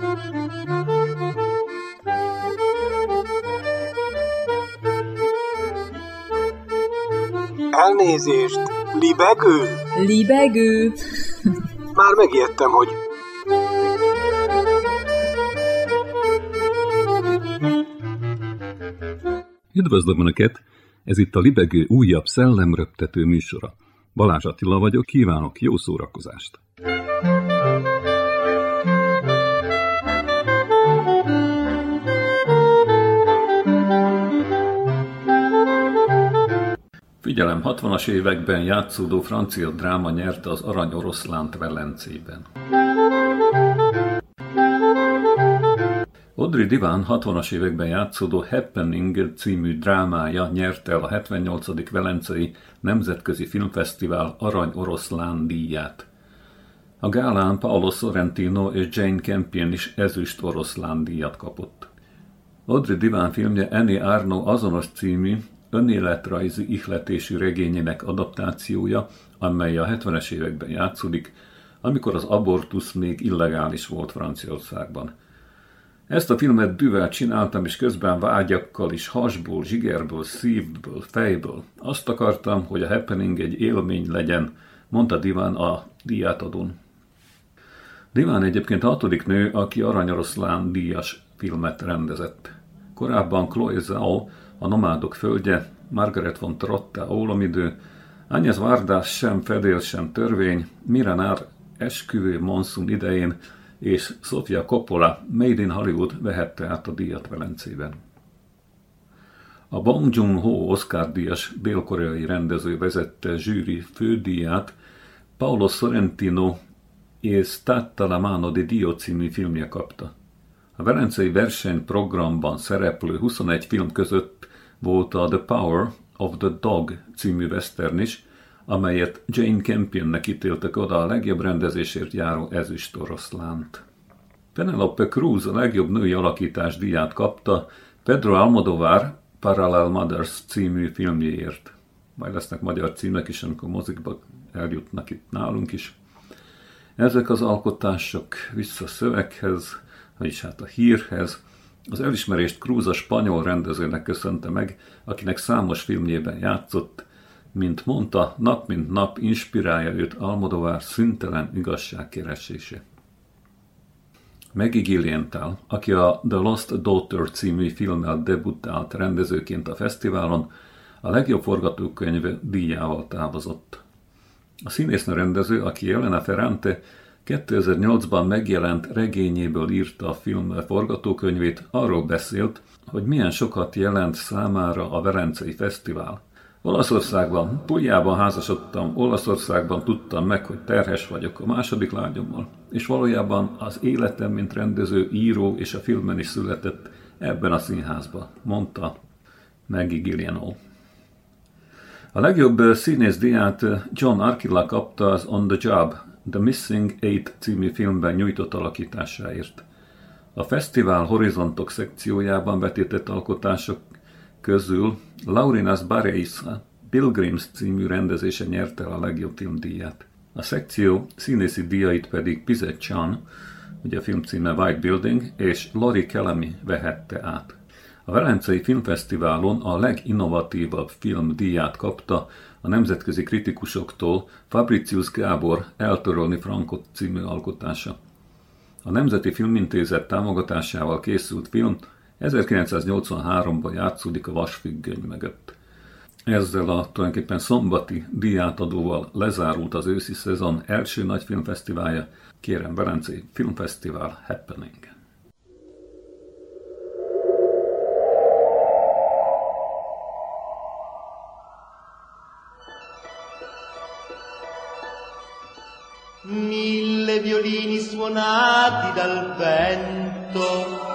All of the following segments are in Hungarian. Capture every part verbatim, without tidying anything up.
Elnézést! Libegő? Libegő? Már megijedtem, hogy... Üdvözlöm Önöket! Ez itt a Libegő újabb szellemröptető műsora. Balázs Attila vagyok, kívánok jó szórakozást! Figyelem, hatvanas években játszódó francia dráma nyerte az Arany Oroszlánt Velencében. Audrey Divan hatvanas években játszódó Happening című drámája nyerte el a hetvennyolcadik Velencei Nemzetközi Filmfesztivál Arany Oroszlán díját. A gálán Paolo Sorrentino és Jane Campion is ezüst oroszlán díjat kapott. Audrey Divan filmje Annie Arnaud azonos című, önéletrajzi ihletésű regényének adaptációja, amely a hetvenes években játszódik, amikor az abortusz még illegális volt Franciaországban. Ezt a filmet dűvel csináltam, és közben vágyakkal is hasból, zsigerből, szívből, fejből. Azt akartam, hogy a Happening egy élmény legyen, mondta Divan a díjátadón. Divan egyébként a hatodik nő, aki Arany Oroszlán díjas filmet rendezett. Korábban Chloé Zhao, A nomádok földje, Margaret von Trotta, Ólomidő, Ágnes Varda, Sem fedél, sem törvény, Miranár, Esküvő monszun idején, és Sofia Coppola, Made in Hollywood vehette át a díjat Velencében. A Bong Joon-ho Oscar-díjas dél-koreai rendező vezette zsűri fődíját Paolo Sorrentino és Stata la mano di Dio című filmje kapta. A velencei versenyprogramban szereplő huszonegy film között volt a The Power of the Dog című western is, amelyet Jane Campionnek ítéltek oda a legjobb rendezésért járó ezüst oroszlánt. Penelope Cruz a legjobb női alakítás díját kapta Pedro Almodóvar Parallel Mothers című filmjéért. Majd lesznek magyar címek is, amikor mozikba eljutnak itt nálunk is. Ezek az alkotások vissza szöveghez, vagyis hát a hírhez. Az elismerést Cruz a spanyol rendezőnek köszönte meg, akinek számos filmjében játszott, mint mondta, nap mint nap inspirálja őt Almodóvar szüntelen igazságkeresése. Maggie Gyllenhaal, aki a The Lost Daughter című filmmel debutált rendezőként a fesztiválon, a legjobb forgatókönyv díjával távozott. A színésznő rendező, aki Elena Ferrante, kétezer-nyolcban megjelent regényéből írta a film forgatókönyvét, arról beszélt, hogy milyen sokat jelent számára a Velencei Fesztivál. Olaszországban, Puljában házasodtam, Olaszországban tudtam meg, hogy terhes vagyok a második lányommal, és valójában az életem, mint rendező, író és a filmben is született ebben a színházban, mondta Maggie Gyllenhaal. A legjobb színész díját John Arkilla kapta az On the Job, The Missing Eight című filmben nyújtott alakításáért. A fesztivál Horizontok szekciójában vetített alkotások közül Laurinas Barreisa Pilgrims című rendezése nyerte el a legjobb filmdíját. A szekció színészi díjait pedig Pizet Chan, ugye a film címe White Building, és Lori Kelamy vehette át. A Velencei Filmfesztiválon a leginnovatívabb film díját kapta a nemzetközi kritikusoktól Fabricius Gábor Eltörölni Frankot című alkotása. A Nemzeti Filmintézet támogatásával készült film ezerkilencszáznyolcvanháromban játszódik a Vasfüggöny mögött. Ezzel a tulajdonképpen szombati díjátadóval lezárult az őszi szezon első nagy filmfesztiválja, kérem Velencei Filmfesztivál Happening. Mille violini suonati dal vento,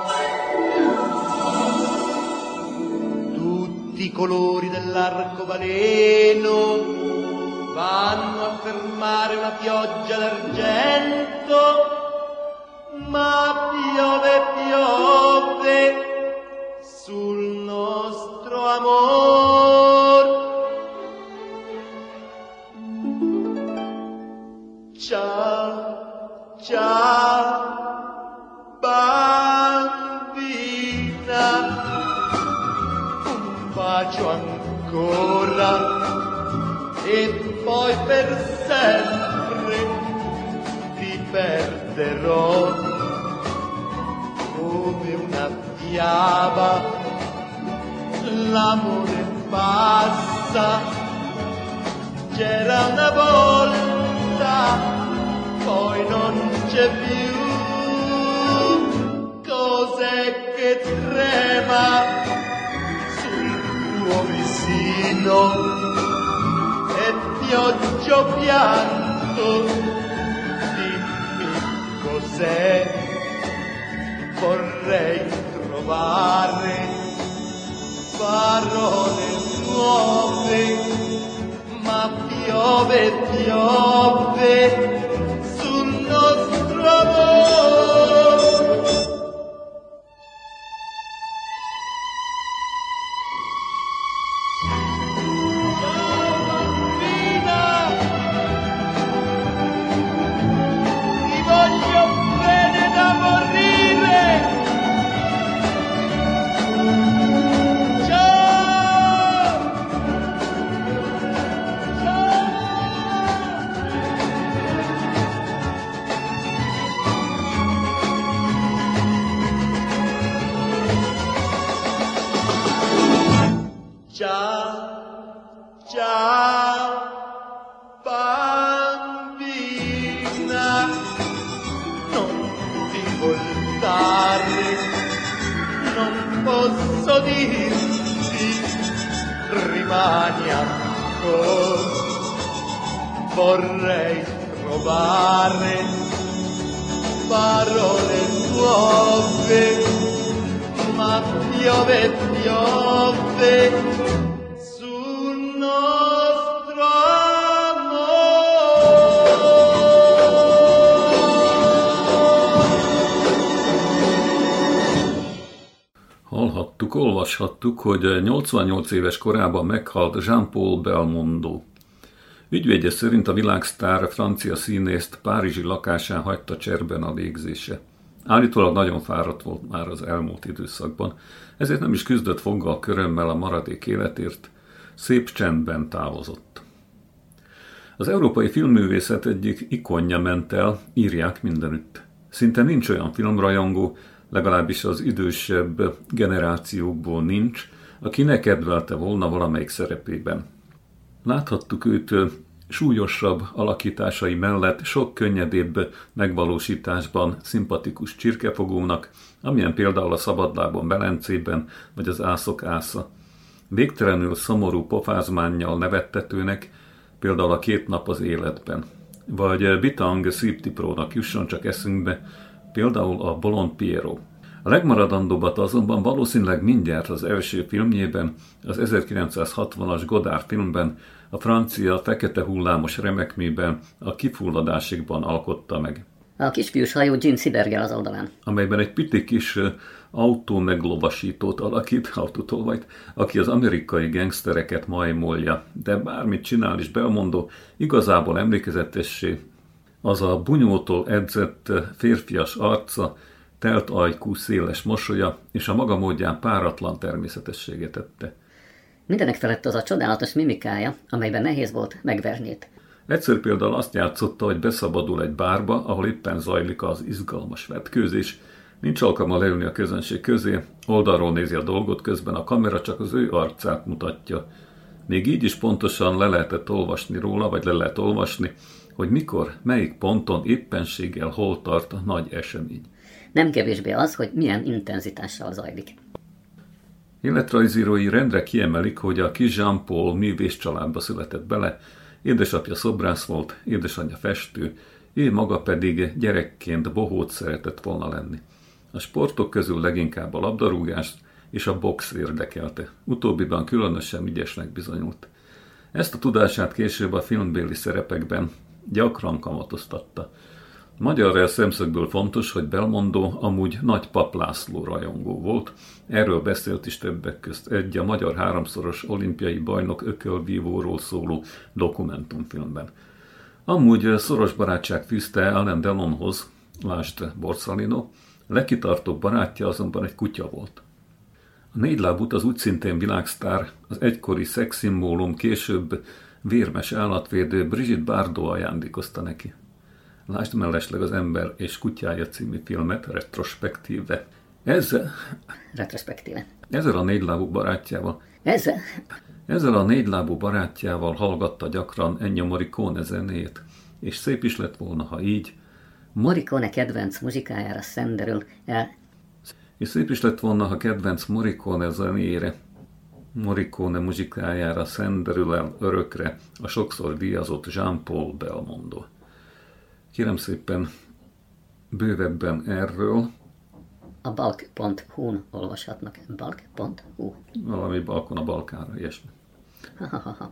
tutti i colori dell'arcobaleno vanno a fermare una pioggia d'argento, ma piove, piove sul nostro amor. Ciao, ciao, bye. bacio ancora e poi per sempre ti perderò come una fiaba. L'amore passa, c'era una volta, poi non c'è più. Cos'è che trema sul tuo visino e pioggia pianto? Dimmi cos'è, vorrei trovare parole nuove, ma piove, piove sul nostro amore. Ciao bambina, ti voglio bene da morire. Ciao, ciao, bambina, non ti voltare, non posso dirti, rimani ancora, vorrei trovare parole nuove, ma piove, piove sul nostro amor. Hallhattuk, olvashattuk, hogy nyolcvannyolc éves korában meghalt Jean-Paul Belmondo. Ügyvédje szerint a világsztár francia színészt párizsi lakásán hagyta cserben a légzése. Állítólag nagyon fáradt volt már az elmúlt időszakban, ezért nem is küzdött foggal körömmel a maradék életért, szép csendben távozott. Az európai filmművészet egyik ikonja ment el, írják mindenütt. Szinte nincs olyan filmrajongó, legalábbis az idősebb generációkból nincs, aki ne kedvelte volna valamelyik szerepében. Láthattuk őt súlyosabb alakításai mellett sok könnyedébb megvalósításban szimpatikus csirkefogónak, amilyen például a Szabadlábon Belencében vagy az Ászok ásza. Végtelenül szomorú pofázmánnyal nevettetőnek, például a Két nap az életben. Vagy Bitang Szívtiprónak jusson csak eszünkbe, például a Bolond Pierrot. A legmaradandóbbat azonban valószínűleg mindjárt az első filmjében, az ezerkilencszázhatvanas Godard filmben, a francia fekete hullámos remekmében, a Kifulladásigban alkotta meg. A kisfiús hajó Gene Sibergel az oldalán. Amelyben egy pici kis autómeglovasítót alakít, autótolvajt, aki az amerikai gangstereket majmolja, de bármit csinál is Belmondo, igazából emlékezetessé az a bunyótól edzett férfias arca, telt ajkú széles mosolya és a maga módján páratlan természetességet tette. Mindenek felett az a csodálatos mimikája, amelyben nehéz volt megverni őt. Egyszer például azt játszotta, hogy beszabadul egy bárba, ahol éppen zajlik az izgalmas vetkőzés, nincs alkalma leülni a közönség közé, oldalról nézi a dolgot, közben a kamera csak az ő arcát mutatja. Még így is pontosan le lehetett olvasni róla, vagy le lehet olvasni, hogy mikor, melyik ponton éppenséggel hol tart a nagy esemény. Nem kevésbé az, hogy milyen intenzitással zajlik. Életrajzírói rendre kiemelik, hogy a kis Jean-Paul művész családba született bele, édesapja szobrász volt, édesanyja festő, ő maga pedig gyerekként bohóc szeretett volna lenni. A sportok közül leginkább a labdarúgást és a box érdekelte, utóbbiban különösen ügyesnek bizonyult. Ezt a tudását később a filmbéli szerepekben gyakran kamatoztatta. Magyar szemszögből fontos, hogy Belmondo amúgy nagy Pap László rajongó volt, erről beszélt is többek közt egy a magyar háromszoros olimpiai bajnok ökölvívóról szóló dokumentumfilmben. Amúgy szoros barátság fűzte Alain Delonhoz, lásd Borsalino, legkitartóbb barátja azonban egy kutya volt. A négylábút az úgy szintén világsztár, az egykori szexszimbólum, később vérmes állatvédő Brigitte Bardot ajándékozta neki. Lásd mellesleg az Ember és kutyája című filmet retrospektíve. Ezzel, Retrospektíve. ezzel a négylábú barátjával, Ezzel? ezzel a négylábú barátjával hallgatta gyakran Ennio Morricone zenét, és szép is lett volna, ha így, Morricone kedvenc muzsikájára szenderül el. és szép is lett volna, ha kedvenc Morricone zenéjére, Morricone muzsikájára szenderül el örökre a sokszor díjazott Jean-Paul Belmondo. Kérem szépen, bővebben erről, A balk pont hu-n olvashatnak. balk pont hu. valami balkon a Balkánra, ilyesmi. Ha, ha, ha, ha.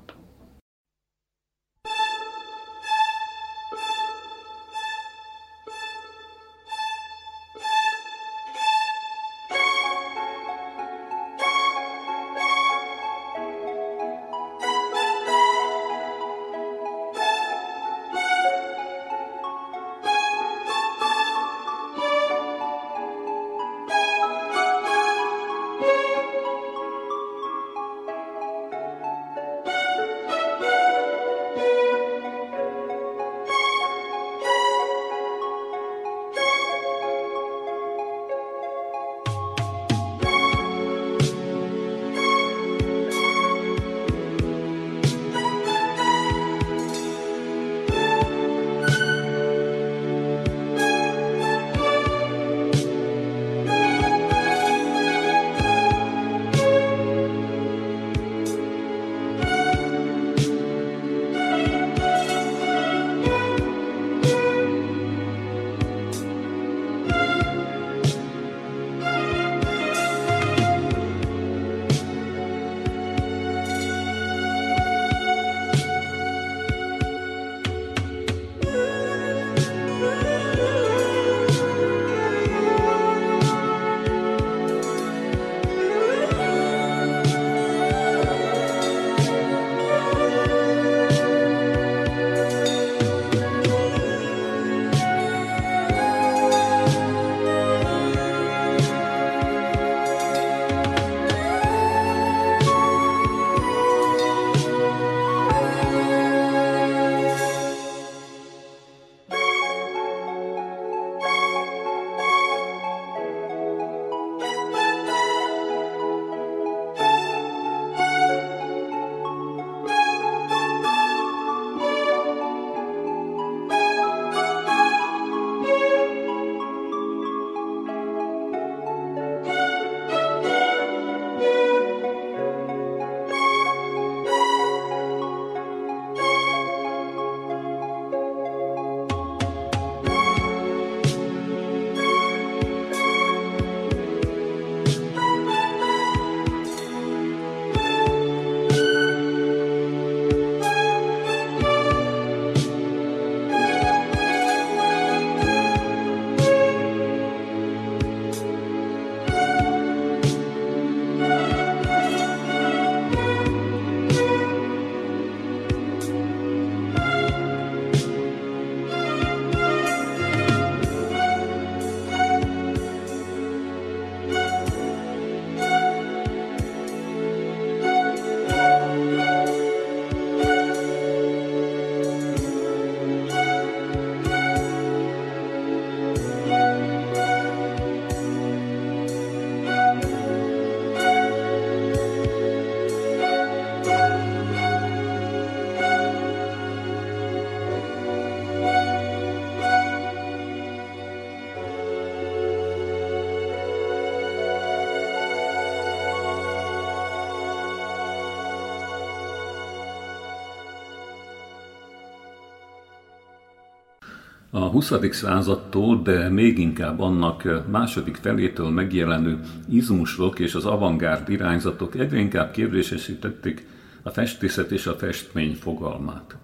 A huszadik századtól, de még inkább annak második felétől megjelenő izmusok és az avantgárd irányzatok egyre inkább kérdésesítették a festészet és a festmény fogalmát.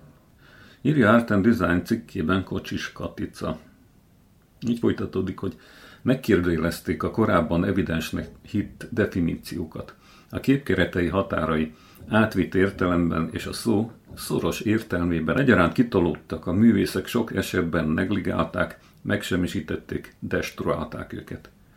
Írja Art and Design cikkében Kocsis Katica. Így folytatódik, hogy megkérdőjelezték a korábban evidensnek hitt definíciókat. A képkeretei határai átvitt értelemben és a szó szoros értelmében egyaránt kitolódtak, a művészek sok esetben negligálták, megsemmisítették, destruálták őket.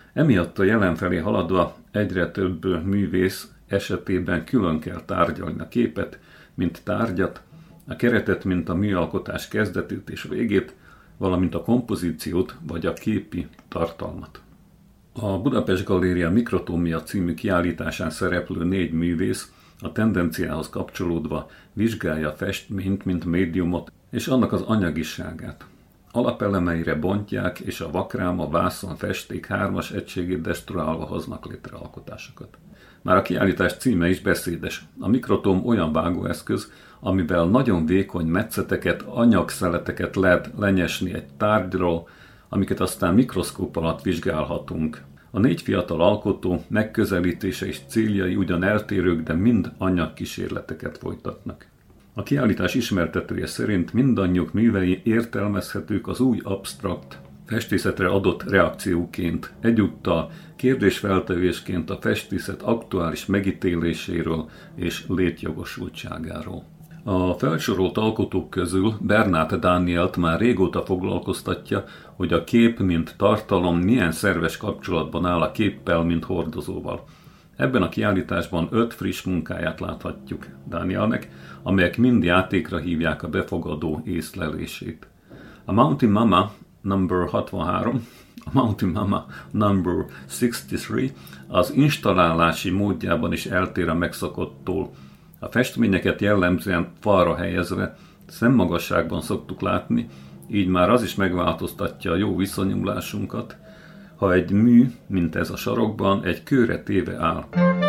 Emiatt a jelen felé haladva egyre több művész esetében külön kell tárgyalni a képet, mint tárgyat, a keretet, mint a műalkotás kezdetét és végét, valamint a kompozíciót vagy a képi tartalmat. A Budapest Galéria Mikrotómia című kiállításán szereplő négy művész a tendenciához kapcsolódva vizsgálja a festményt, mint médiumot és annak az anyagiságát. Alapelemeire bontják, és a vakrám, a vászon, festék hármas egységét destruálva hoznak létre alkotásokat. Már a kiállítás címe is beszédes. A mikrotóm olyan vágóeszköz, amivel nagyon vékony metszeteket, anyagszeleteket lehet lenyesni egy tárgyról, amiket aztán mikroszkóp alatt vizsgálhatunk. A négy fiatal alkotó megközelítése és céljai ugyan eltérők, de mind anyagkísérleteket folytatnak. A kiállítás ismertetője szerint mindannyiuk művei értelmezhetők az új absztrakt festészetre adott reakcióként, egyúttal kérdésfeltevésként a festészet aktuális megítéléséről és létjogosultságáról. A felsorolt alkotók közül Bernát Dánielt már régóta foglalkoztatja, hogy a kép, mint tartalom milyen szerves kapcsolatban áll a képpel, mint hordozóval. Ebben a kiállításban öt friss munkáját láthatjuk Dánielnek, amelyek mind játékra hívják a befogadó észlelését. A Mountain Mama number hatvanhárom, a Mountain Mama number hatvanhárom az installálási módjában is eltér a megszokottól. A festményeket jellemzően falra helyezve szemmagasságban szoktuk látni, így már az is megváltoztatja a jó viszonyulásunkat, ha egy mű, mint ez a sarokban, egy kőre téve áll.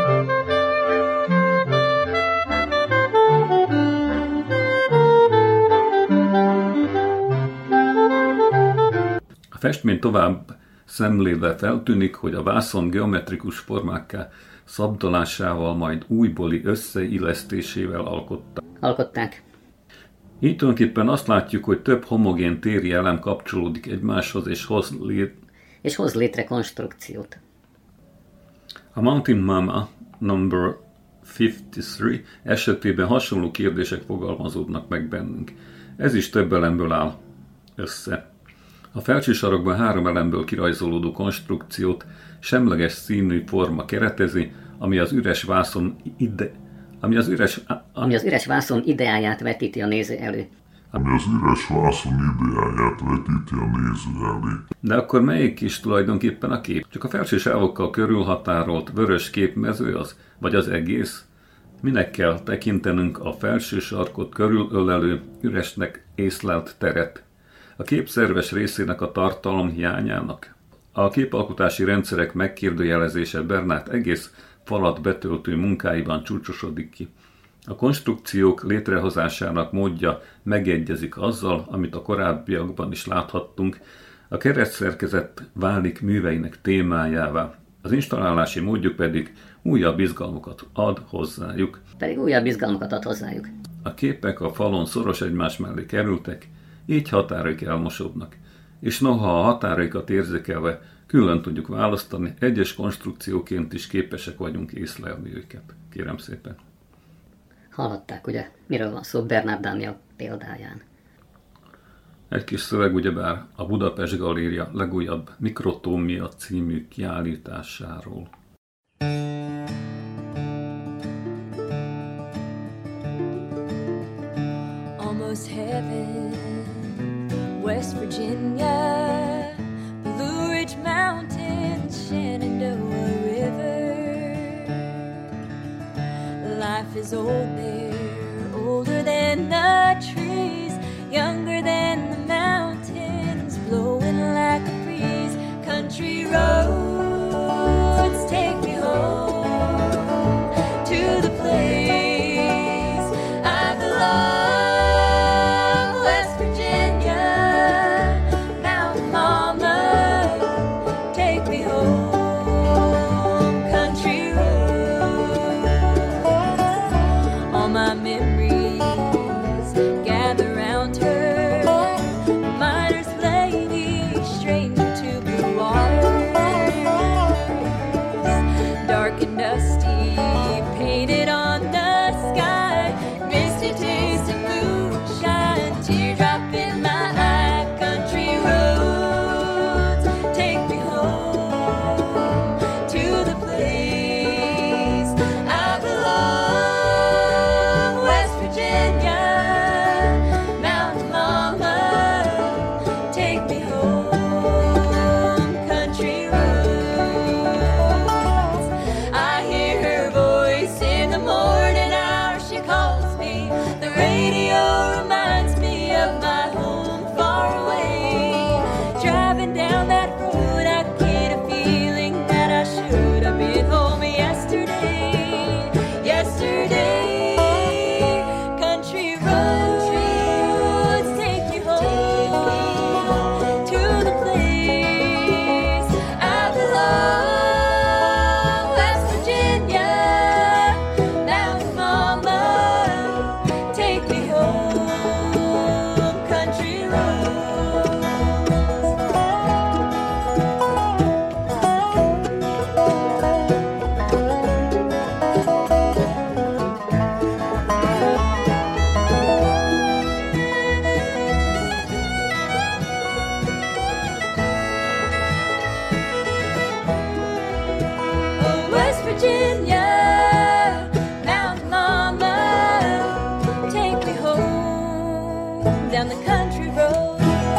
A festmény tovább szemlélve feltűnik, hogy a vászon geometrikus formákká szabdalásával, majd újbóli összeillesztésével alkották. Alkották. Így tulajdonképpen azt látjuk, hogy több homogén téri elem kapcsolódik egymáshoz, és hoz, lé... és hoz létre konstrukciót. A Mountain Mama number ötvenhárom esetében hasonló kérdések fogalmazódnak meg bennünk. Ez is több elemből áll össze. A felső sarokban három elemből kirajzolódó konstrukciót semleges színű forma keretezi, ami az üres vászon ide, ami az üres, ami az üres vászon ideáját vetíti a néző elő. Ami az üres vászon ideáját vetíti a néző elé. De akkor melyik is tulajdonképpen a kép? Csak a felső sávokkal körülhatárolt vörös képmező az, vagy az egész? Minek kell tekintenünk a felső sarkot körülölelő üresnek észlelt teret? A kép szerves részének a tartalom hiányának? A képalkotási rendszerek megkérdőjelezése Bernát egész falat betöltő munkáiban csúcsosodik ki. A konstrukciók létrehozásának módja megegyezik azzal, amit a korábbiakban is láthattunk, a keresztszerkezet válik műveinek témájává, az installálási módjuk pedig újabb izgalmakat ad hozzájuk. Pedig újabb izgalmakat ad hozzájuk. A képek a falon szoros egymás mellé kerültek, így határaik elmosódnak, és noha a határaikat érzékelve külön tudjuk választani, egyes konstrukcióként is képesek vagyunk észlelni őket. Kérem szépen. Hallották, ugye? Miről van szó Bernát Dániel példáján? Egy kis szöveg ugyebár a Budapest Galéria legújabb Mikrotómia című kiállításáról. Almost heaven, West Virginia, Blue Ridge Mountains, Shenandoah River. Life is old there, older than the trees, younger than the mountains, blowing like a breeze. Country roads take me home to the place I belong. West Virginia, Mountain Mama, take me home. Country roads, all my memories gather round her. Miners lady, stranger to blue water. down that road, I get a feeling that I should have been home yesterday. Yesterday, country roads take you home to the place I belong. West Virginia, now mama, take me home, country roads. Oh, West Virginia, now mama, take me home down the country road.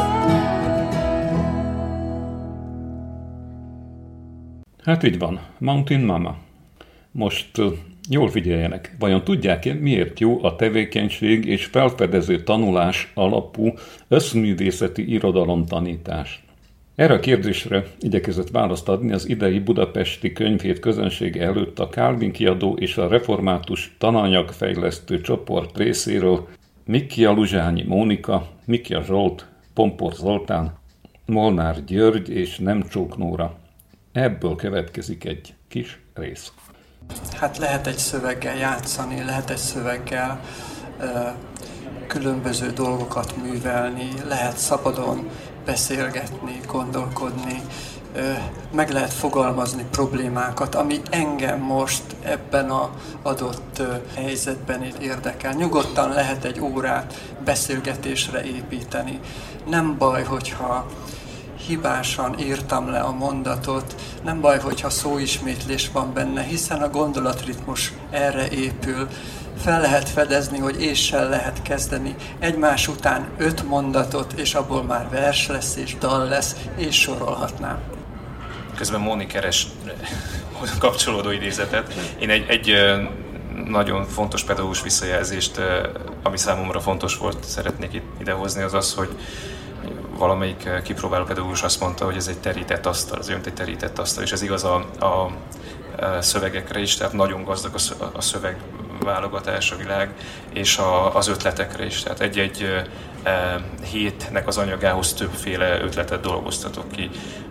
Hát így van, Mountain Mama. Most uh, jól figyeljenek, vajon tudják-e, miért jó a tevékenység és felfedező tanulás alapú összművészeti irodalomtanítás? Erre a kérdésre igyekezett választ adni az idei budapesti könyvhét közönsége előtt a Kálvin kiadó és a református tananyagfejlesztő csoport részéről Mikkia Luzsányi Mónika, Mikkia Zsolt, Pompor Zoltán, Molnár György és Nemcsók Nóra. Ebből következik egy kis rész. Hát lehet egy szöveggel játszani, lehet egy szöveggel ö, különböző dolgokat művelni, lehet szabadon beszélgetni, gondolkodni, ö, meg lehet fogalmazni problémákat, ami engem most ebben az adott ö, helyzetben érdekel. Nyugodtan lehet egy órát beszélgetésre építeni. Nem baj, hogyha hibásan írtam le a mondatot, nem baj, hogyha szóismétlés van benne, hiszen a gondolatritmus erre épül. Fel lehet fedezni, hogy éssel lehet kezdeni egymás után öt mondatot, és abból már vers lesz, és dal lesz, és sorolhatnám. Közben Móni keres kapcsolódó idézetet. Én egy, egy nagyon fontos pedagógus visszajelzést, ami számomra fontos volt, szeretnék idehozni, az az, hogy valamelyik kipróbáló pedagógus azt mondta, hogy ez egy terített asztal, az olyan egy terített asztal, és ez igaz a, a szövegekre is, tehát nagyon gazdag a szövegválogatás, a világ, és a, az ötletekre is. Tehát egy-egy e, hétnek az anyagához többféle ötletet dolgoztatok ki.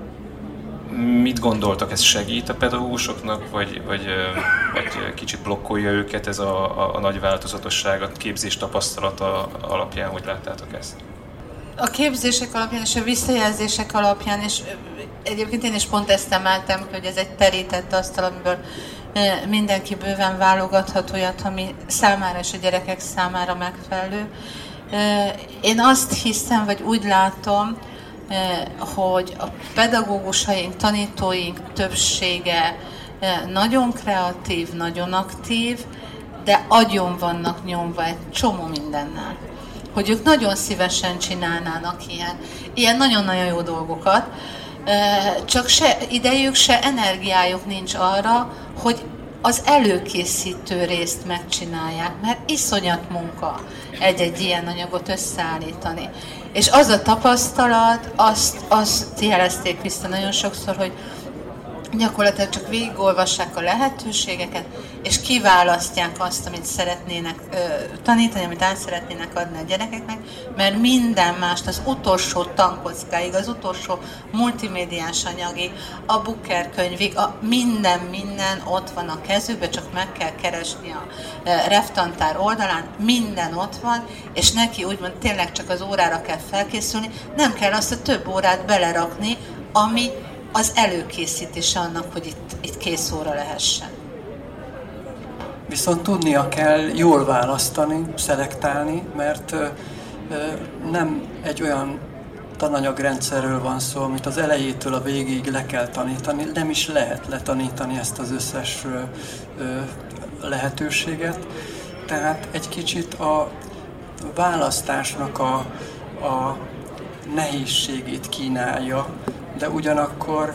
Mit gondoltak, ez segít a pedagógusoknak, vagy, vagy, vagy kicsit blokkolja őket ez a, a, a nagy változatosság, a képzés tapasztalata alapján, hogy láttátok ezt? A képzések alapján és a visszajelzések alapján, és egyébként én is pont ezt emeltem, hogy ez egy terített asztal, amiből mindenki bőven válogathat olyat, ami számára és a gyerekek számára megfelelő. Én azt hiszem, vagy úgy látom, hogy a pedagógusaink, tanítóink többsége nagyon kreatív, nagyon aktív, de agyon vannak nyomva egy csomó mindennel. Hogy ők nagyon szívesen csinálnának ilyen, ilyen nagyon-nagyon jó dolgokat, csak se idejük, se energiájuk nincs arra, hogy az előkészítő részt megcsinálják, mert iszonyat munka egy-egy ilyen anyagot összeállítani. És az a tapasztalat, azt, azt jelezték vissza nagyon sokszor, hogy gyakorlatilag csak végigolvassák a lehetőségeket, és kiválasztják azt, amit szeretnének ö, tanítani, amit át szeretnének adni a gyerekeknek, mert minden mást, az utolsó tankockáig, az utolsó multimédiás anyagig, a Booker könyvig, a minden, minden ott van a kezükben, csak meg kell keresni a e, revtantár oldalán, minden ott van, és neki úgymond tényleg csak az órára kell felkészülni, nem kell azt a több órát belerakni, ami az előkészítése annak, hogy itt, itt kész óra lehessen. Viszont tudnia kell jól választani, szelektálni, mert ö, ö, nem egy olyan tananyagrendszerről van szó, amit az elejétől a végéig le kell tanítani, nem is lehet letanítani ezt az összes ö, ö, lehetőséget. Tehát egy kicsit a választásnak a, a nehézségét kínálja, de ugyanakkor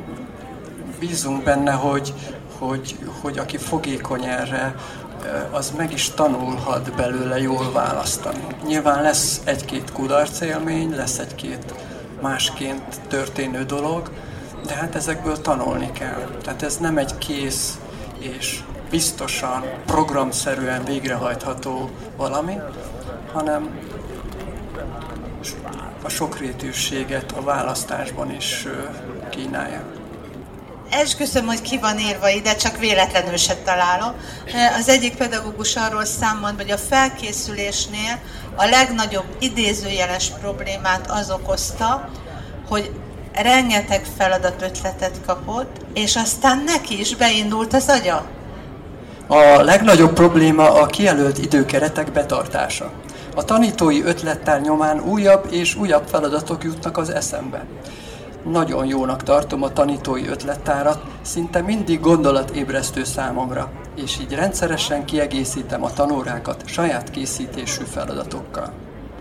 bízunk benne, hogy, hogy, hogy aki fogékony erre, az meg is tanulhat belőle jól választani. Nyilván lesz egy-két kudarcélmény, lesz egy-két másként történő dolog, de hát ezekből tanulni kell. Tehát ez nem egy kész és biztosan, programszerűen végrehajtható valami, hanem a sokrétűséget a választásban is kínálja. Esküszöm, hogy ki van írva ide, csak véletlenül se találom. Az egyik pedagógus arról számolt, hogy a felkészülésnél a legnagyobb idézőjeles problémát az okozta, hogy rengeteg feladat ötletet kapott, és aztán neki is beindult az agya. A legnagyobb probléma a kijelölt időkeretek betartása. A tanítói ötlettár nyomán újabb és újabb feladatok jutnak az eszembe. Nagyon jónak tartom a tanítói ötlettárat, szinte mindig gondolatébresztő számomra, és így rendszeresen kiegészítem a tanórákat saját készítésű feladatokkal.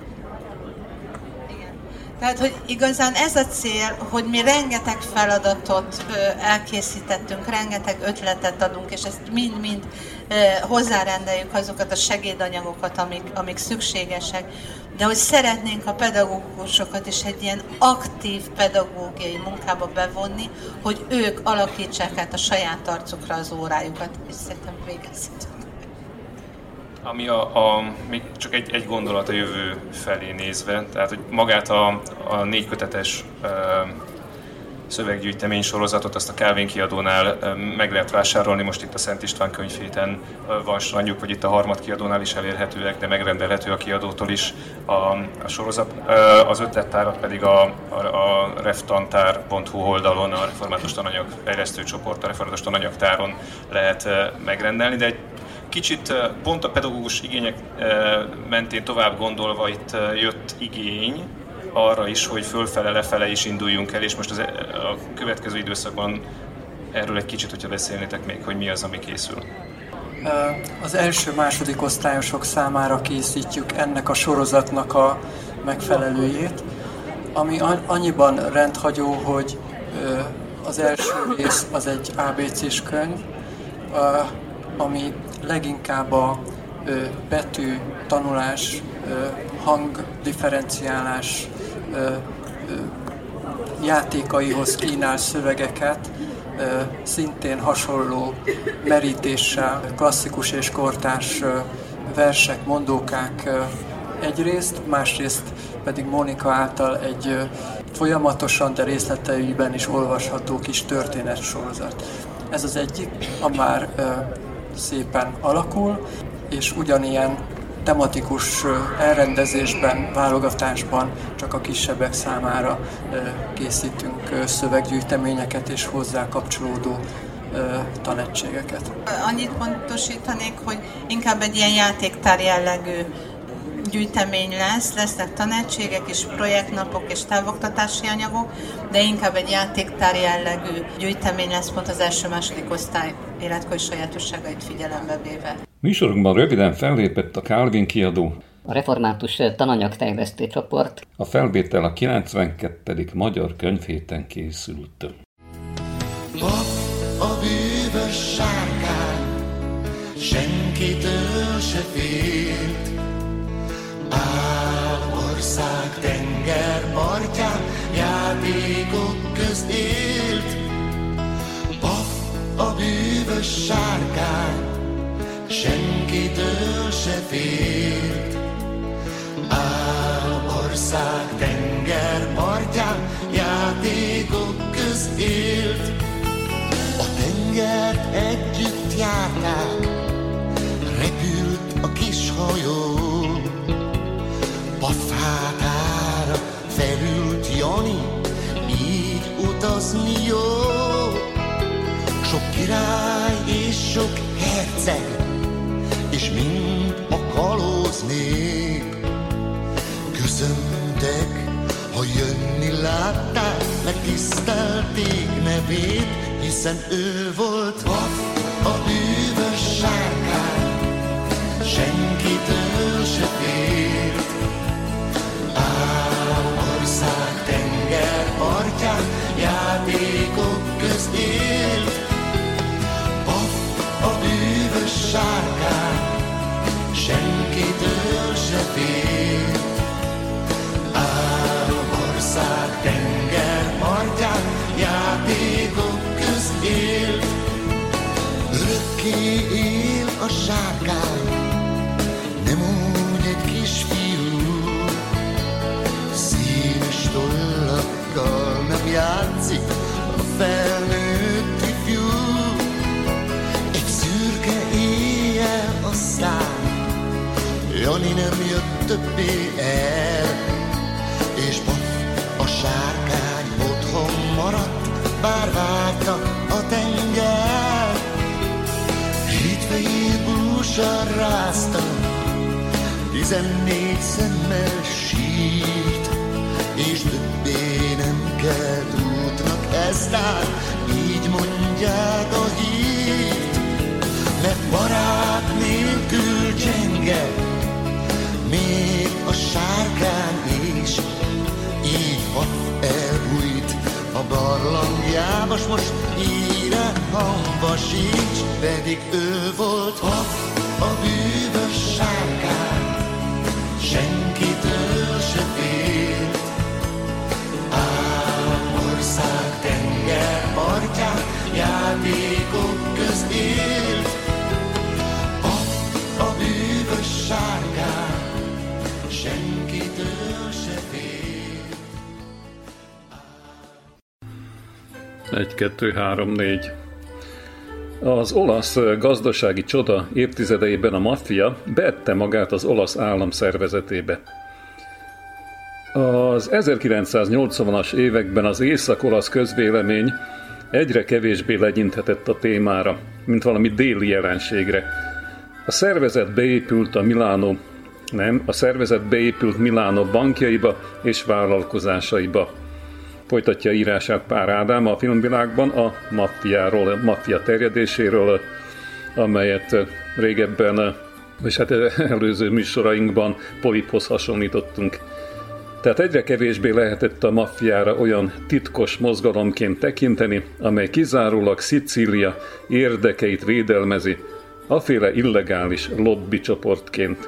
Tehát, hogy igazán ez a cél, hogy mi rengeteg feladatot ö, elkészítettünk, rengeteg ötletet adunk, és ezt mind-mind ö, hozzárendeljük azokat a segédanyagokat, amik, amik szükségesek, de hogy szeretnénk a pedagógusokat is egy ilyen aktív pedagógiai munkába bevonni, hogy ők alakítsák át a saját arcukra az órájukat, és szerintem végezhetünk. Ami a, a, még csak egy, egy gondolat a jövő felé nézve, tehát hogy magát a, a négy kötetes e, szöveggyűjtemény sorozatot, azt a Kálvin kiadónál e, meg lehet vásárolni, most itt a Szent István könyvhéten e, van strandjuk, vagy itt a Harmad kiadónál is elérhetőek, de megrendelhető a kiadótól is a, a sorozat. E, az ötlettárat pedig a, a, a reftantár pont hu oldalon, a Református Tananyag fejlesztő csoport, a Református Tananyagtáron lehet e, megrendelni, de egy kicsit pont a pedagógus igények mentén tovább gondolva itt jött igény arra is, hogy fölfele-lefele is induljunk el, és most az, a következő időszakban erről egy kicsit, hogyha beszélnétek még, hogy mi az, ami készül. Az első-második osztályosok számára készítjük ennek a sorozatnak a megfelelőjét, ami annyiban rendhagyó, hogy az első rész az egy á bé cés könyv, ami leginkább a ö, betű, tanulás, ö, hang, differenciálás ö, ö, játékaihoz kínál szövegeket, ö, szintén hasonló merítéssel, klasszikus és kortárs ö, versek, mondókák ö, egyrészt, másrészt pedig Mónika által egy ö, folyamatosan, de részleteiben is olvasható kis történetsorozat. Ez az egyik, a már ö, szépen alakul, és ugyanilyen tematikus elrendezésben, válogatásban csak a kisebbek számára készítünk szöveggyűjteményeket és hozzá kapcsolódó tanegységeket. Annyit pontosítanék, hogy inkább egy ilyen játéktár jellegű gyűjtemény lesz, lesznek tanegységek és projektnapok és távoktatási anyagok, de inkább egy játéktár jellegű gyűjtemény lesz pont az első-második osztály életkori sajátosságait figyelembe véve. Műsorunkban röviden fellépett a Kálvin kiadó, a Református Tananyagterjesztő csoport. A felvétel a kilencvenkettedik Magyar Könyvhéten készült. Pap a bűvös sárkány, senkitől se félt, Álország tenger partján játékok közt élt. Pap a bűvös sárkány, senkitől se félt, Álország tenger partján játékok közt élt. A tengert együtt járták, repült a kis hajó, Paffátára felült Jani, így utazni jó. Sok király és sok herceg, és mind a kalóz nép köszöntek, ha jönni látták, megtisztelték nevét, hiszen ő volt Paff a bűvös sárkány, senkitől se félt, Álország tenger partján játékok közt élt. Paff a bűvös sárkány, senkitől se félt, Álország tenger Szürké él a sárkány, nem úgy egy kisfiú, színes tollakkal nem játszik a felnőtt ifjú. Egy szürke éjjel aztán Jani nem jött többé el, és Paff a sárkány otthon maradt, bár várta a tenger. Hétfejét búsan rázta, tizennégy szemmel sírt, és többé nem kell útnak eztán, így mondják a hírt. Mert barát nélkül gyenge, még a sárkány is, így Paff elbújt a barlangjába, s most ére hangba sincs, pedig ő volt Paff, a bűvös sárkány, senkitől se félt. Álmország tenger partján játékok köz élt. Paff, a bűvös sárkány, senkitől se félt. Egy, kettő, három, négy. Az olasz gazdasági csoda évtizedeiben a maffia beette magát az olasz állam szervezetébe. Az ezerkilencszáznyolcvanas években az észak-olasz közvélemény egyre kevésbé legyinthetett a témára, mint valami déli jelenségre. A szervezet beépült a Milánó, nem, a szervezet beépült Milánó bankjaiba és vállalkozásaiba. Folytatja írását Pár Ádám a filmvilágban a maffiáról, a maffia terjedéséről, amelyet régebben, és hát előző műsorainkban Poliphoz hasonlítottunk. Tehát egyre kevésbé lehetett a maffiára olyan titkos mozgalomként tekinteni, amely kizárólag Szicília érdekeit védelmezi, aféle illegális lobbycsoportként.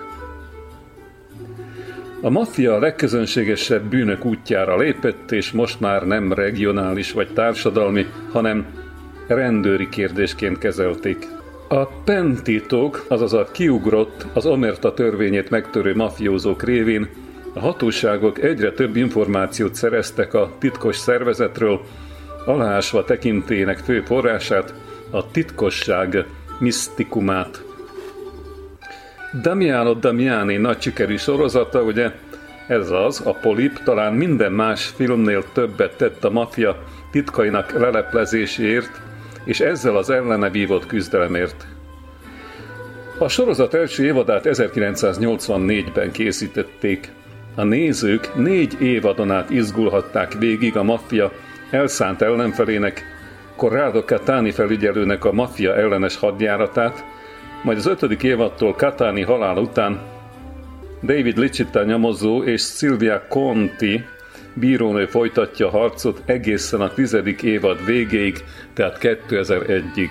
A maffia a legközönségesebb bűnök útjára lépett, és most már nem regionális vagy társadalmi, hanem rendőri kérdésként kezelték. A pentitók, azaz a kiugrott, az omerta törvényét megtörő mafiózók révén a hatóságok egyre több információt szereztek a titkos szervezetről, aláásva tekintélyének fő forrását, a titkosság misztikumát. Damiano Damiani nagy sikerű sorozata, ugye ez az, a Polip, talán minden más filmnél többet tett a maffia titkainak leleplezéséért, és ezzel az ellene vívott küzdelemért. A sorozat első évadát ezerkilencszáznyolcvannégyben készítették. A nézők négy évadon át izgulhatták végig a maffia elszánt ellenfelének, Corrado Catani felügyelőnek a maffia ellenes hadjáratát, majd az ötödik évadtól Catani halál után David Licita nyomozó és Silvia Conti bírónő folytatja a harcot egészen a tizedik évad végéig, tehát kétezer-egyig.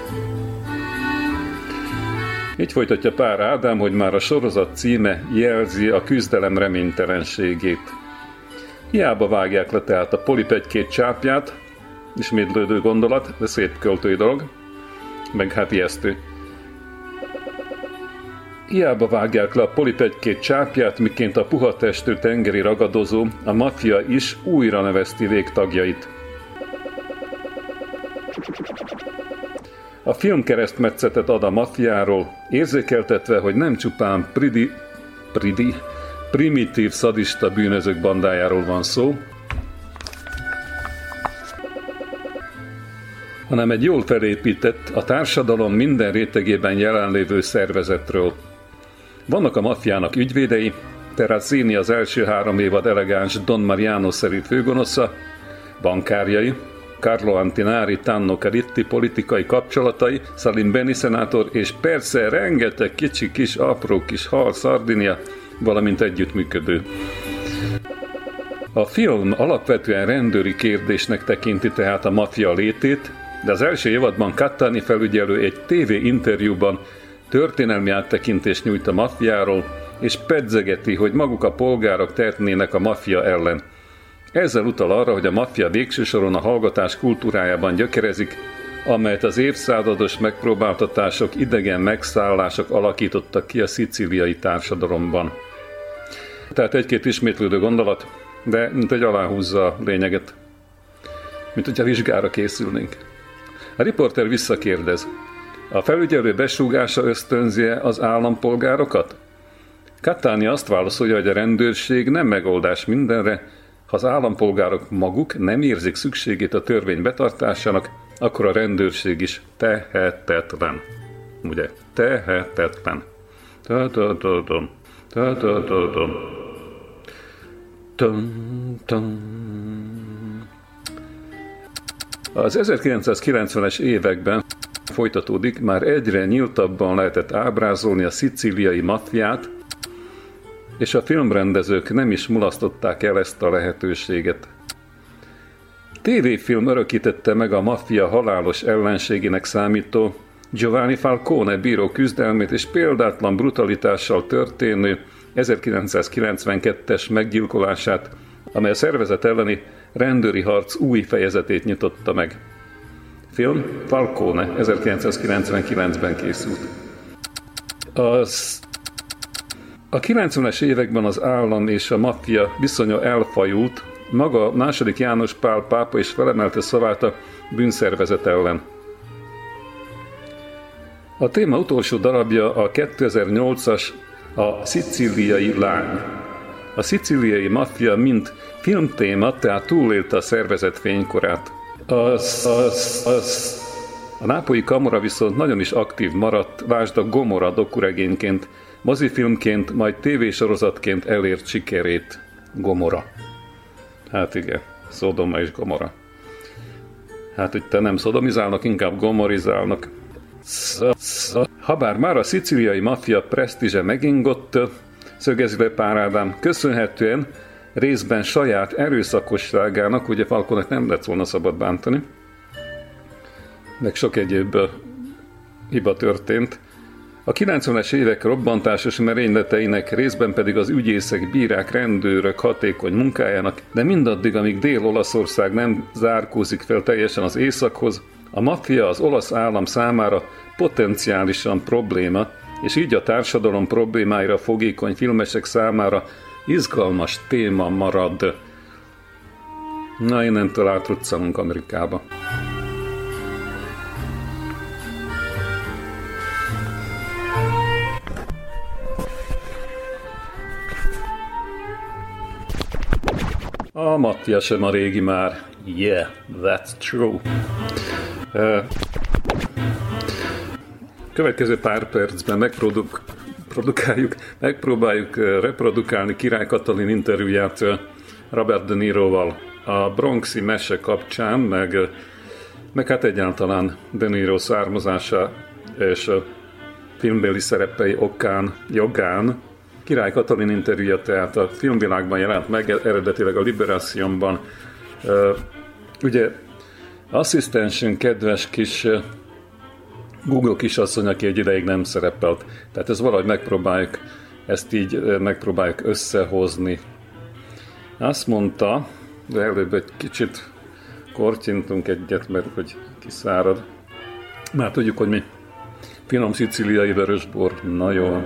Így folytatja Pár Ádám, hogy már a sorozat címe jelzi a küzdelem reménytelenségét. Hiába vágják le tehát a Polip egy-két csápját, ismétlődő gondolat, de szép költői dolog, meg hát ijesztő. Hiába vágják le a Polip egy-két csápját, miként a puha testű tengeri ragadozó, a maffia is újra nevezti végtagjait. A film keresztmetszetet ad a maffiáról, érzékeltetve, hogy nem csupán pridi, pridi, primitív szadista bűnözők bandájáról van szó, hanem egy jól felépített, a társadalom minden rétegében jelenlévő szervezetről. Vannak a maffiának ügyvédei, Terrazzini az első három évad elegáns Don Mariano-szerű főgonosza, bankárjai, Carlo Antinari, Tanno Caritti politikai kapcsolatai, Salimbeni szenátor és persze rengeteg kicsi kis apró kis hal Szardinia, valamint együttműködő. A film alapvetően rendőri kérdésnek tekinti tehát a maffia létét, de az első évadban Catani felügyelő egy tévé interjúban történelmi áttekintést nyújt a maffiáról, és pedzegeti, hogy maguk a polgárok tehetnének a maffia ellen. Ezzel utal arra, hogy a maffia végső soron a hallgatás kultúrájában gyökerezik, amelyet az évszázados megpróbáltatások, idegen megszállások alakítottak ki a szicíliai társadalomban. Tehát egy-két ismétlődő gondolat, de mint egy aláhúzza a lényeget. Mint hogyha vizsgára készülnénk. A riporter visszakérdez. A felügyelő besúgása ösztönzi az állampolgárokat? Catania azt válaszolja, hogy a rendőrség nem megoldás mindenre. Ha az állampolgárok maguk nem érzik szükségét a törvény betartásának, akkor a rendőrség is tehetetlen. Ugye? Tehetetlen. Ta-ta-ta-ta. Ta-ta-ta-ta. Tum-tum. Az ezerkilencszázkilencvenes években folytatódik, már egyre nyíltabban lehetett ábrázolni a szicíliai maffiát, és a filmrendezők nem is mulasztották el ezt a lehetőséget. Tévéfilm örökítette meg a maffia halálos ellenségének számító Giovanni Falcone bíró küzdelmét és példátlan brutalitással történő ezerkilencszázkilencvenkettes meggyilkolását, amely a szervezet elleni rendőri harc új fejezetét nyitotta meg. Film Falcone ezerkilencszázkilencvenkilencben készült. Az A kilencvenes években az állam és a maffia viszonya elfajult, maga második János Pál pápa is felemelte szavát a bűnszervezet ellen. A téma utolsó darabja a kétezer-nyolcas A szicíliai lány. A szicíliai maffia mint filmtéma, tehát túlélte a szervezet fénykorát. Az, az, az. A nápolyi kamara viszont nagyon is aktív maradt, lásd a Gomorra dokuregényként, mozifilmként, majd tévésorozatként elért sikerét. Gomorra. Hát igen, Szodoma és Gomorra. Hát, hogy te nem szodomizálnak, inkább gomorizálnak. Habár már a szicíliai maffia presztízse megingott, szögezi le Pál Ádám, köszönhetően részben saját erőszakosságának, ugye Falconet nem lett volna szabad bántani, meg sok egyéb hiba történt. A kilencvenes évek robbantásos merényleteinek, részben pedig az ügyészek, bírák, rendőrök hatékony munkájának, de mindaddig, amíg Dél-Olaszország nem zárkózik fel teljesen az északhoz, a maffia az olasz állam számára potenciálisan probléma, és így a társadalom problémáira fogékony filmesek számára izgalmas téma marad. Na, innentől átruccanunk Amerikába. A maffia sem a régi már. Yeah, that's true. Következő pár percben megprodukáljuk, megpróbáljuk reprodukálni Király Katalin interjúját Robert De Niroval a bronxi mese kapcsán, meg, meg hát egyáltalán De Niro származása és filmbéli szerepei okán, jogán. Király Katalin interjúja tehát a filmvilágban jelent meg, eredetileg a Liberationban. Ugye asszisztensünk, kedves kis Google kisasszony, aki egy ideig nem szerepelt. Tehát ez valahogy megpróbáljuk, ezt így megpróbáljuk összehozni. Azt mondta, de előbb egy kicsit kortyintunk egyet, mert hogy kiszárad. Már tudjuk, hogy mi finom szicíliai vörösbor. Na jó.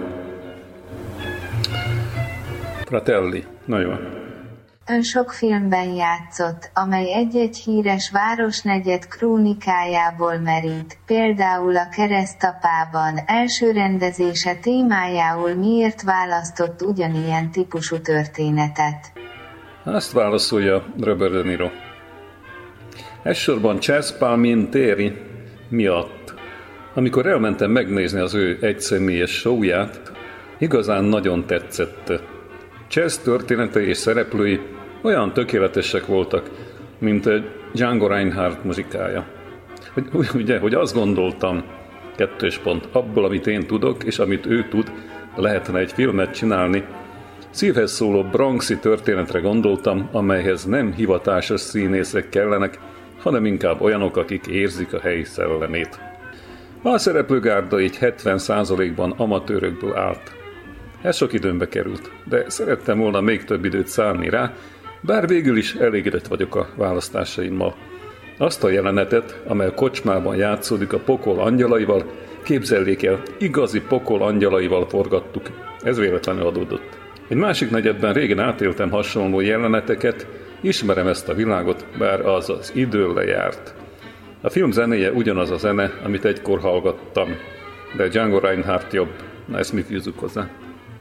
Fratelli. Na jó. Ön sok filmben játszott, amely egy-egy híres városnegyed krónikájából merít, például a Keresztapában első rendezése témájául miért választott ugyanilyen típusú történetet? Ezt válaszolja Robert De Niro. Elsősorban Chazz Palminteri miatt. Amikor elmentem megnézni az ő egyszemélyes showyát, igazán nagyon tetszett. Chazz történetei és szereplői olyan tökéletesek voltak, mint egy Django Reinhardt muzsikája. Hogy, ugye, hogy azt gondoltam, kettős pont, abból, amit én tudok, és amit ő tud, lehetne egy filmet csinálni. Szívhez szóló bronxi történetre gondoltam, amelyhez nem hivatásos színészek kellenek, hanem inkább olyanok, akik érzik a helyi szellemét. A szereplőgárda így hetven százalékban amatőrökből állt. Ez sok időmbe került, de szerettem volna még több időt szánni rá, bár végül is elégedett vagyok a választásaimmal. Azt a jelenetet, amely a kocsmában játszódik a pokol angyalaival, képzeljék el, igazi pokol angyalaival forgattuk. Ez véletlenül adódott. Egy másik negyedben régen átéltem hasonló jeleneteket, ismerem ezt a világot, bár az az idő lejárt. A film zenéje ugyanaz a zene, amit egykor hallgattam, de Django Reinhardt jobb. Na, ezt mi fűzzük hozzá?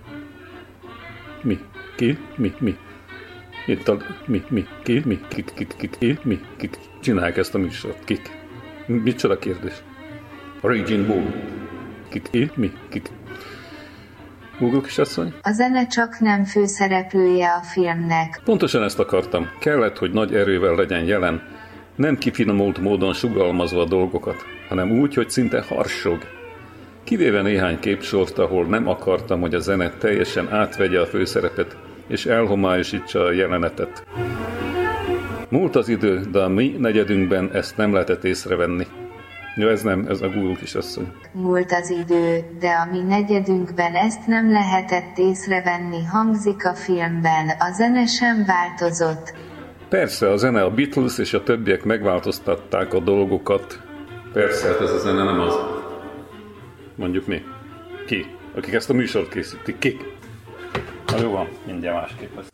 Mi? Ki? Mi? Mi? Itt a... Mi? Mi? Ki? Mi? Kik? Kik? Kik? Ki? Mi? Kik? Csinálják ezt a műsort. Kik? Micsoda kérdés? Raging Bull. Kik? Ki? Mi? Kik? Google kisasszony? A zene csak nem főszereplője a filmnek. Pontosan ezt akartam. Kellett, hogy nagy erővel legyen jelen, nem kifinomult módon sugalmazva a dolgokat, hanem úgy, hogy szinte harsog. Kivéve néhány képsort, ahol nem akartam, hogy a zene teljesen átvegye a főszerepet, és elhomályosítsa a jelenetet. Múlt az idő, de a mi negyedünkben ezt nem lehetett észrevenni. Ja, ez nem, ez a Google kisasszony. Múlt az idő, de a mi negyedünkben ezt nem lehetett észrevenni, hangzik a filmben, a zene sem változott. Persze, a zene, a Beatles és a többiek megváltoztatták a dolgokat. Persze, hát ez a zene nem az. Mondjuk mi? Ki? Akik ezt a műsort készítik. Kik? Na jó van, mindjárt másképp lesz.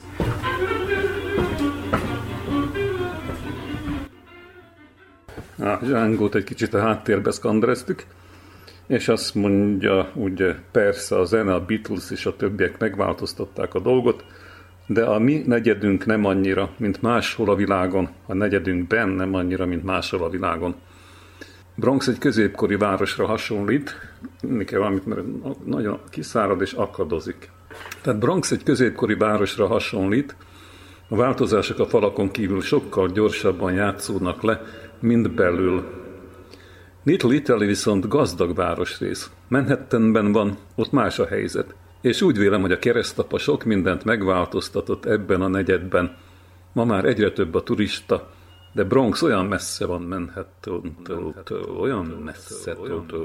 A Django-t egy kicsit a háttérbe szkandereztük, és azt mondja, ugye persze a zene, a Beatles és a többiek megváltoztatták a dolgot, de a mi negyedünk nem annyira, mint máshol a világon, a negyedünkben nem annyira, mint máshol a világon. Bronx egy középkori városra hasonlít, mi kell valamit, mert nagyon kiszárad és akadozik. Tehát Bronx egy középkori városra hasonlít, a változások a falakon kívül sokkal gyorsabban játszódnak le, mint belül. Little Italy viszont gazdag városrész. Manhattanben van, ott más a helyzet. És úgy vélem, hogy a keresztapa sok mindent megváltoztatott ebben a negyedben. Ma már egyre több a turista, de Bronx olyan messze van Manhattantól, olyan messze.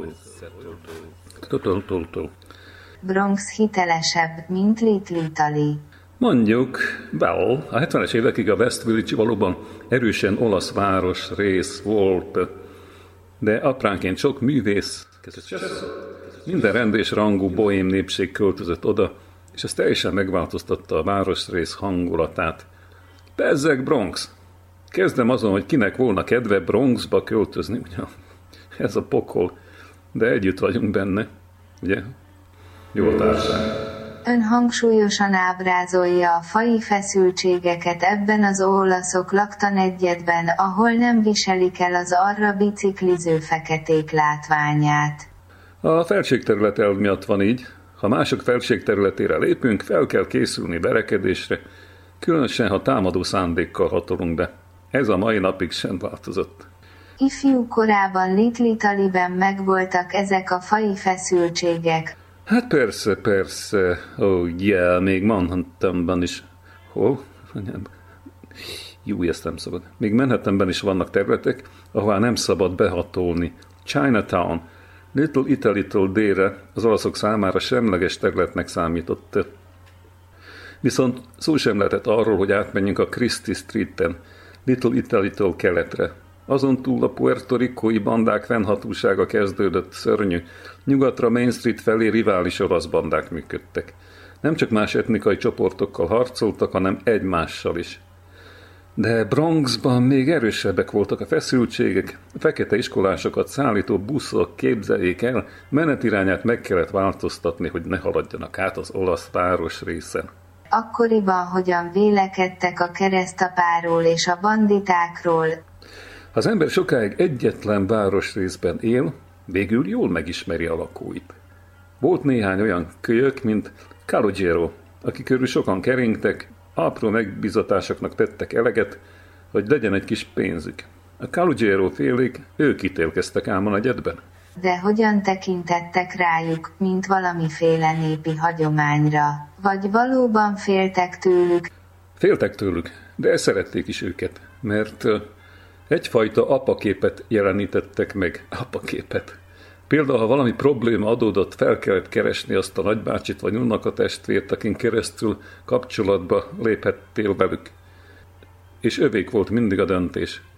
Bronx hitelesebb, mint Little Italy. Mondjuk, well, a hetvenes évekig a West Village valóban erősen olasz város rész volt, de apránként sok művész, minden rend és rangú bohém népség költözött oda, és ez teljesen megváltoztatta a városrész hangulatát. Bezzeg Bronx! Kezdem azon, hogy kinek volna kedve Bronxba költözni, ugye? Ez a pokol, de együtt vagyunk benne, ugye? Jó társaság. Ön hangsúlyosan ábrázolja a faji feszültségeket ebben az olaszok lakta negyedben, ahol nem viselik el az arra bicikliző feketék látványát. A felségterület elv miatt van így. Ha mások felségterületére lépünk, fel kell készülni verekedésre, különösen ha támadó szándékkal hatolunk be. Ez a mai napig sem változott. Ifjú korában Little Italyben megvoltak ezek a faji feszültségek. Hát persze, persze. Ó, oh, yeah, még Manhattanben is. Hol? Jó, ezt nem szabad. Még Manhattanben is vannak területek, ahová nem szabad behatolni. Chinatown, Little Italy-tól délre az olaszok számára semleges területnek számított. Viszont szó sem lehetett arról, hogy átmenjünk a Christie Streeten, Little Italy-tól keletre. Azon túl a Puerto Ricói bandák fennhatósága kezdődött szörnyű. Nyugatra Main Street felé rivális orosz bandák működtek. Nem csak más etnikai csoportokkal harcoltak, hanem egymással is. De Bronxban még erősebbek voltak a feszültségek. A fekete iskolásokat szállító buszok, képzeljék el, menetirányát meg kellett változtatni, hogy ne haladjanak át az olasz városrészen. Akkoriban hogyan vélekedtek a keresztapáról és a banditákról? Ha az ember sokáig egyetlen városrészben él, végül jól megismeri a lakóit. Volt néhány olyan kölyök, mint Calogero, aki körül sokan keringtek, apró megbizatásoknak tettek eleget, hogy legyen egy kis pénzük. A Calogero félék, ők ítélkeztek ám a negyedben. De hogyan tekintettek rájuk, mint valamiféle népi hagyományra? Vagy valóban féltek tőlük? Féltek tőlük, de szerették is őket, mert egyfajta apaképet jelenítettek meg. Apaképet. Például, ha valami probléma adódott, fel kellett keresni azt a nagybácsit vagy unokatestvért, akin keresztül kapcsolatba léphettél velük. És övék volt mindig a döntés.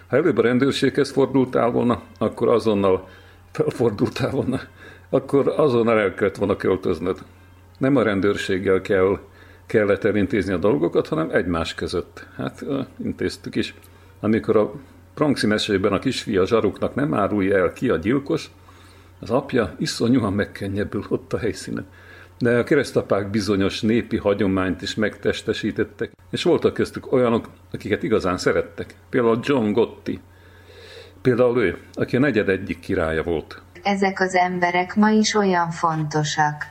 Ha előbb a rendőrséghez fordultál volna, akkor azonnal felfordultál volna, akkor azonnal el kellett volna költöznöd. Nem a rendőrséggel kell, kellett elintézni a dolgokat, hanem egymás között. Hát intéztük is. Amikor a Bronxi mesében a kisfia zsaruknak nem árulja el, ki a gyilkos, az apja iszonyúan megkönnyebbül ott a helyszínen. De a keresztapák bizonyos népi hagyományt is megtestesítettek, és voltak köztük olyanok, akiket igazán szerettek. Például John Gotti. Például ő, aki a negyed egyik királya volt. Ezek az emberek ma is olyan fontosak.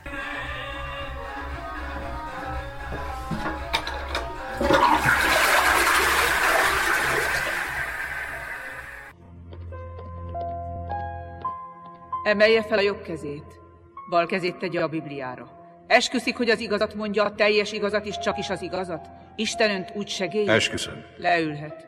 Emelje fel a jobb kezét. Bal kezét tegye a Bibliára. Esküszik, hogy az igazat mondja, a teljes igazat is, csak is az igazat? Isten önt úgy segélye? Esküszöm. Leülhet.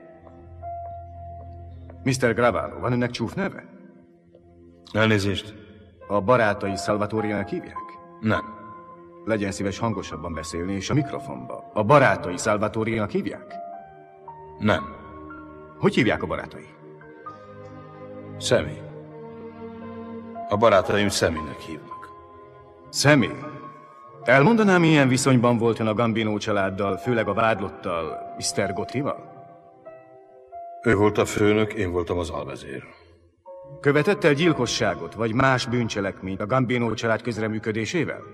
miszter Gravano, van önnek csúf neve? Elnézést. A barátai Salvatoriának hívják? Nem. Legyen szíves hangosabban beszélni, és a mikrofonba. A barátai Salvatoriának hívják? Nem. Hogy hívják a barátai? Személy. A barátaim Személynek hívnak. Személy? Elmondanám, milyen viszonyban volt ön a Gambino családdal, főleg a vádlottal, miszter Gottival? Ő volt a főnök, én voltam az alvezér. Követett el gyilkosságot, vagy más bűncselekményt a Gambino család közreműködésével?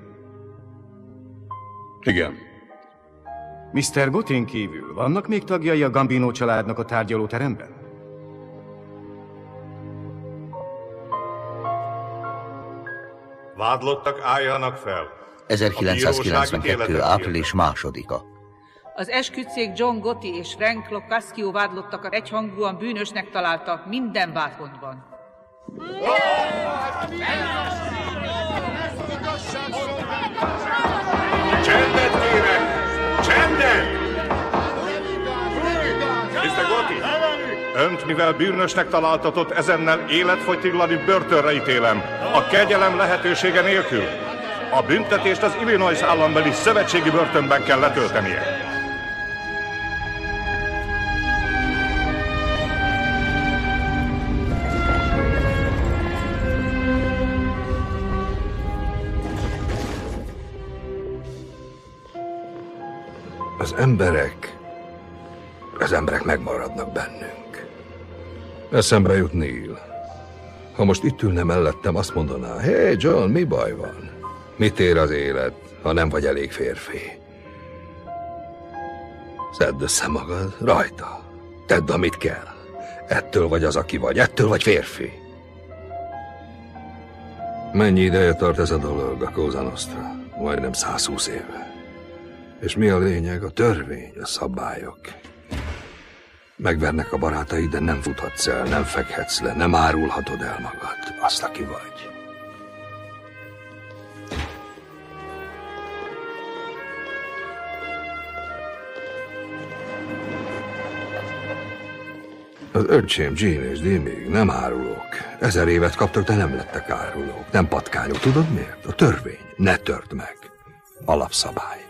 Igen. miszter Gottin kívül vannak még tagjai a Gambino családnak a tárgyalóteremben? Vádlottak, álljanak fel! ezerkilencszázkilencvenkettő. április másodika. Az esküdtszék John Gotti és Frank Locascio vádlottakat egyhangúan bűnösnek találta minden vádpontban. Csendet kérek! Csendet! miszter Gotti! Önt, mivel bűnösnek találtatott, ezennel életfogytiglani börtönre ítélem, a kegyelem lehetősége nélkül. A büntetést az Illinois állambeli szövetségi börtönben kell letöltenie. Az emberek, az emberek megmaradnak bennünk. Eszembe jut Neil. Ha most itt ülne mellettem, azt mondaná, hé, hey John, mi baj van? Mit ér az élet, ha nem vagy elég férfi? Szedd össze magad, rajta. Tedd, amit kell. Ettől vagy az, aki vagy, ettől vagy férfi. Mennyi ideje tart ez a dolog, a Cosa Nostra? Majdnem százhúsz éve. És mi a lényeg? A törvény, a szabályok. Megvernek a barátaid, de nem futhatsz el, nem fekhetsz le, nem árulhatod el magad, azt, aki vagy. Az öcsém, Jean és Dee még nem árulók. Ezer évet kaptak, de nem lettek árulók. Nem patkányok. Tudod miért? A törvény. Ne törd meg. Alapszabály.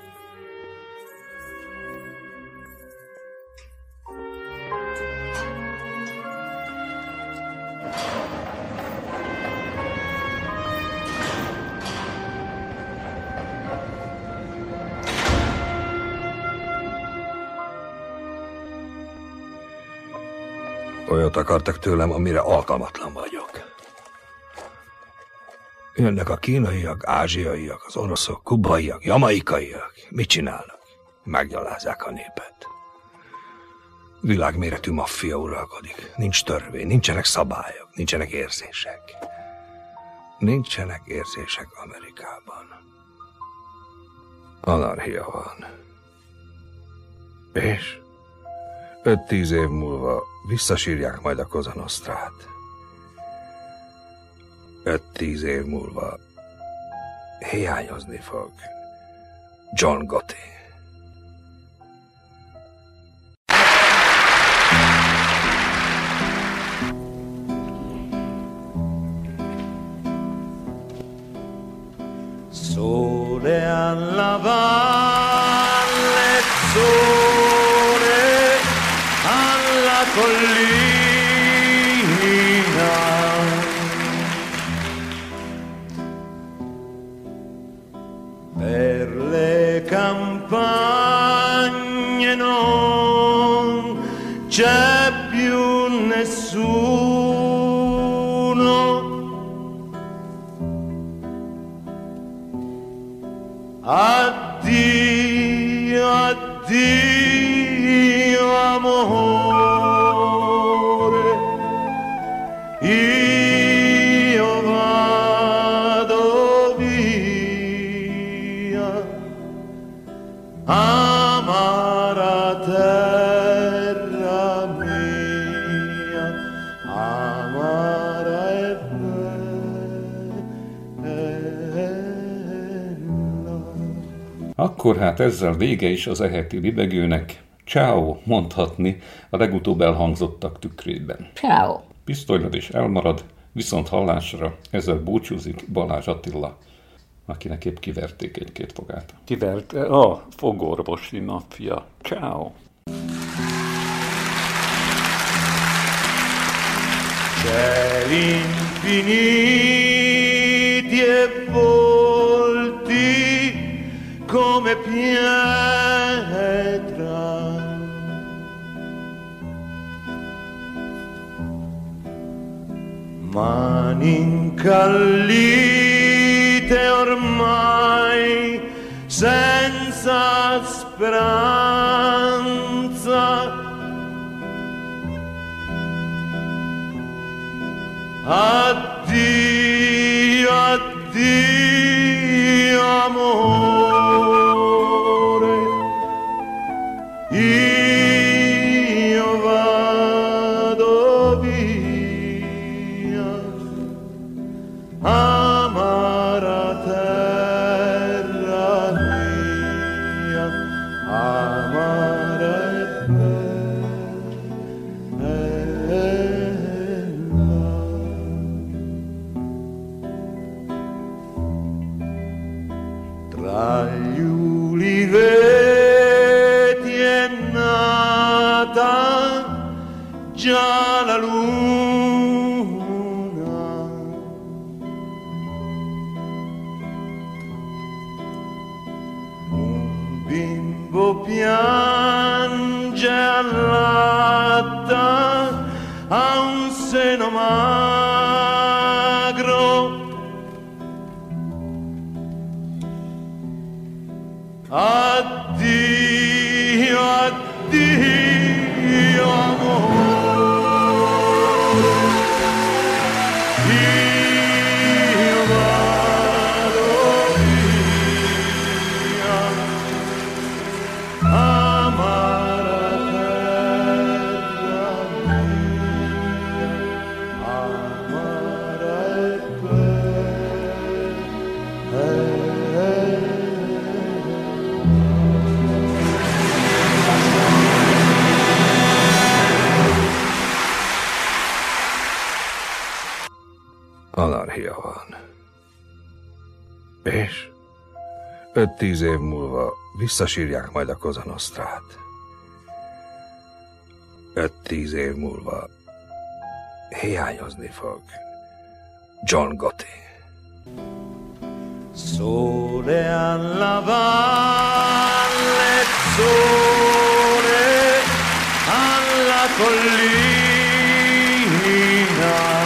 Olyat akartak tőlem, amire alkalmatlan vagyok. Jönnek a kínaiak, ázsiaiak, az oroszok, kubaiak, jamaikaiak. Mit csinálnak? Meggyalázzák a népet. Világméretű maffia uralkodik. Nincs törvény, nincsenek szabályok, nincsenek érzések. Nincsenek érzések Amerikában. Anarchia van. És? Öt-tíz év múlva visszasírják majd a Cosa Nostrát. Öt-tíz év múlva hiányozni fog John Gotti. Sole alla valle, sole alla collina. io vado via, amara terra mia, amara e bella. Akkor hát ezzel vége is az eheti libegőnek. Ciao mondhatni a legutóbb elhangzottak tükrében. Ciao. Pisztolylad elmarad, viszont hallásra ezzel búcsúzik Balázs Attila, akinek épp kiverték egy-két fogát. Kivert a fogorvosi napja. Ciao. Cieli infiniti e volti come pietra, mani incallite ormai senza speranza, addio, addio amore, io vado via, amara terra mia, amara e tra gli uliveti è nata già la luna, un bimbo piange allatta a un seno magro, addio, addio amore, io vado via, amara terra mia, amara e Anarchia van. És öt-tíz év múlva visszasírják majd a Cosa Nostrát. Öt-tíz év múlva hiányozni fog John Gotti. Sole alla valle, sole alla collina,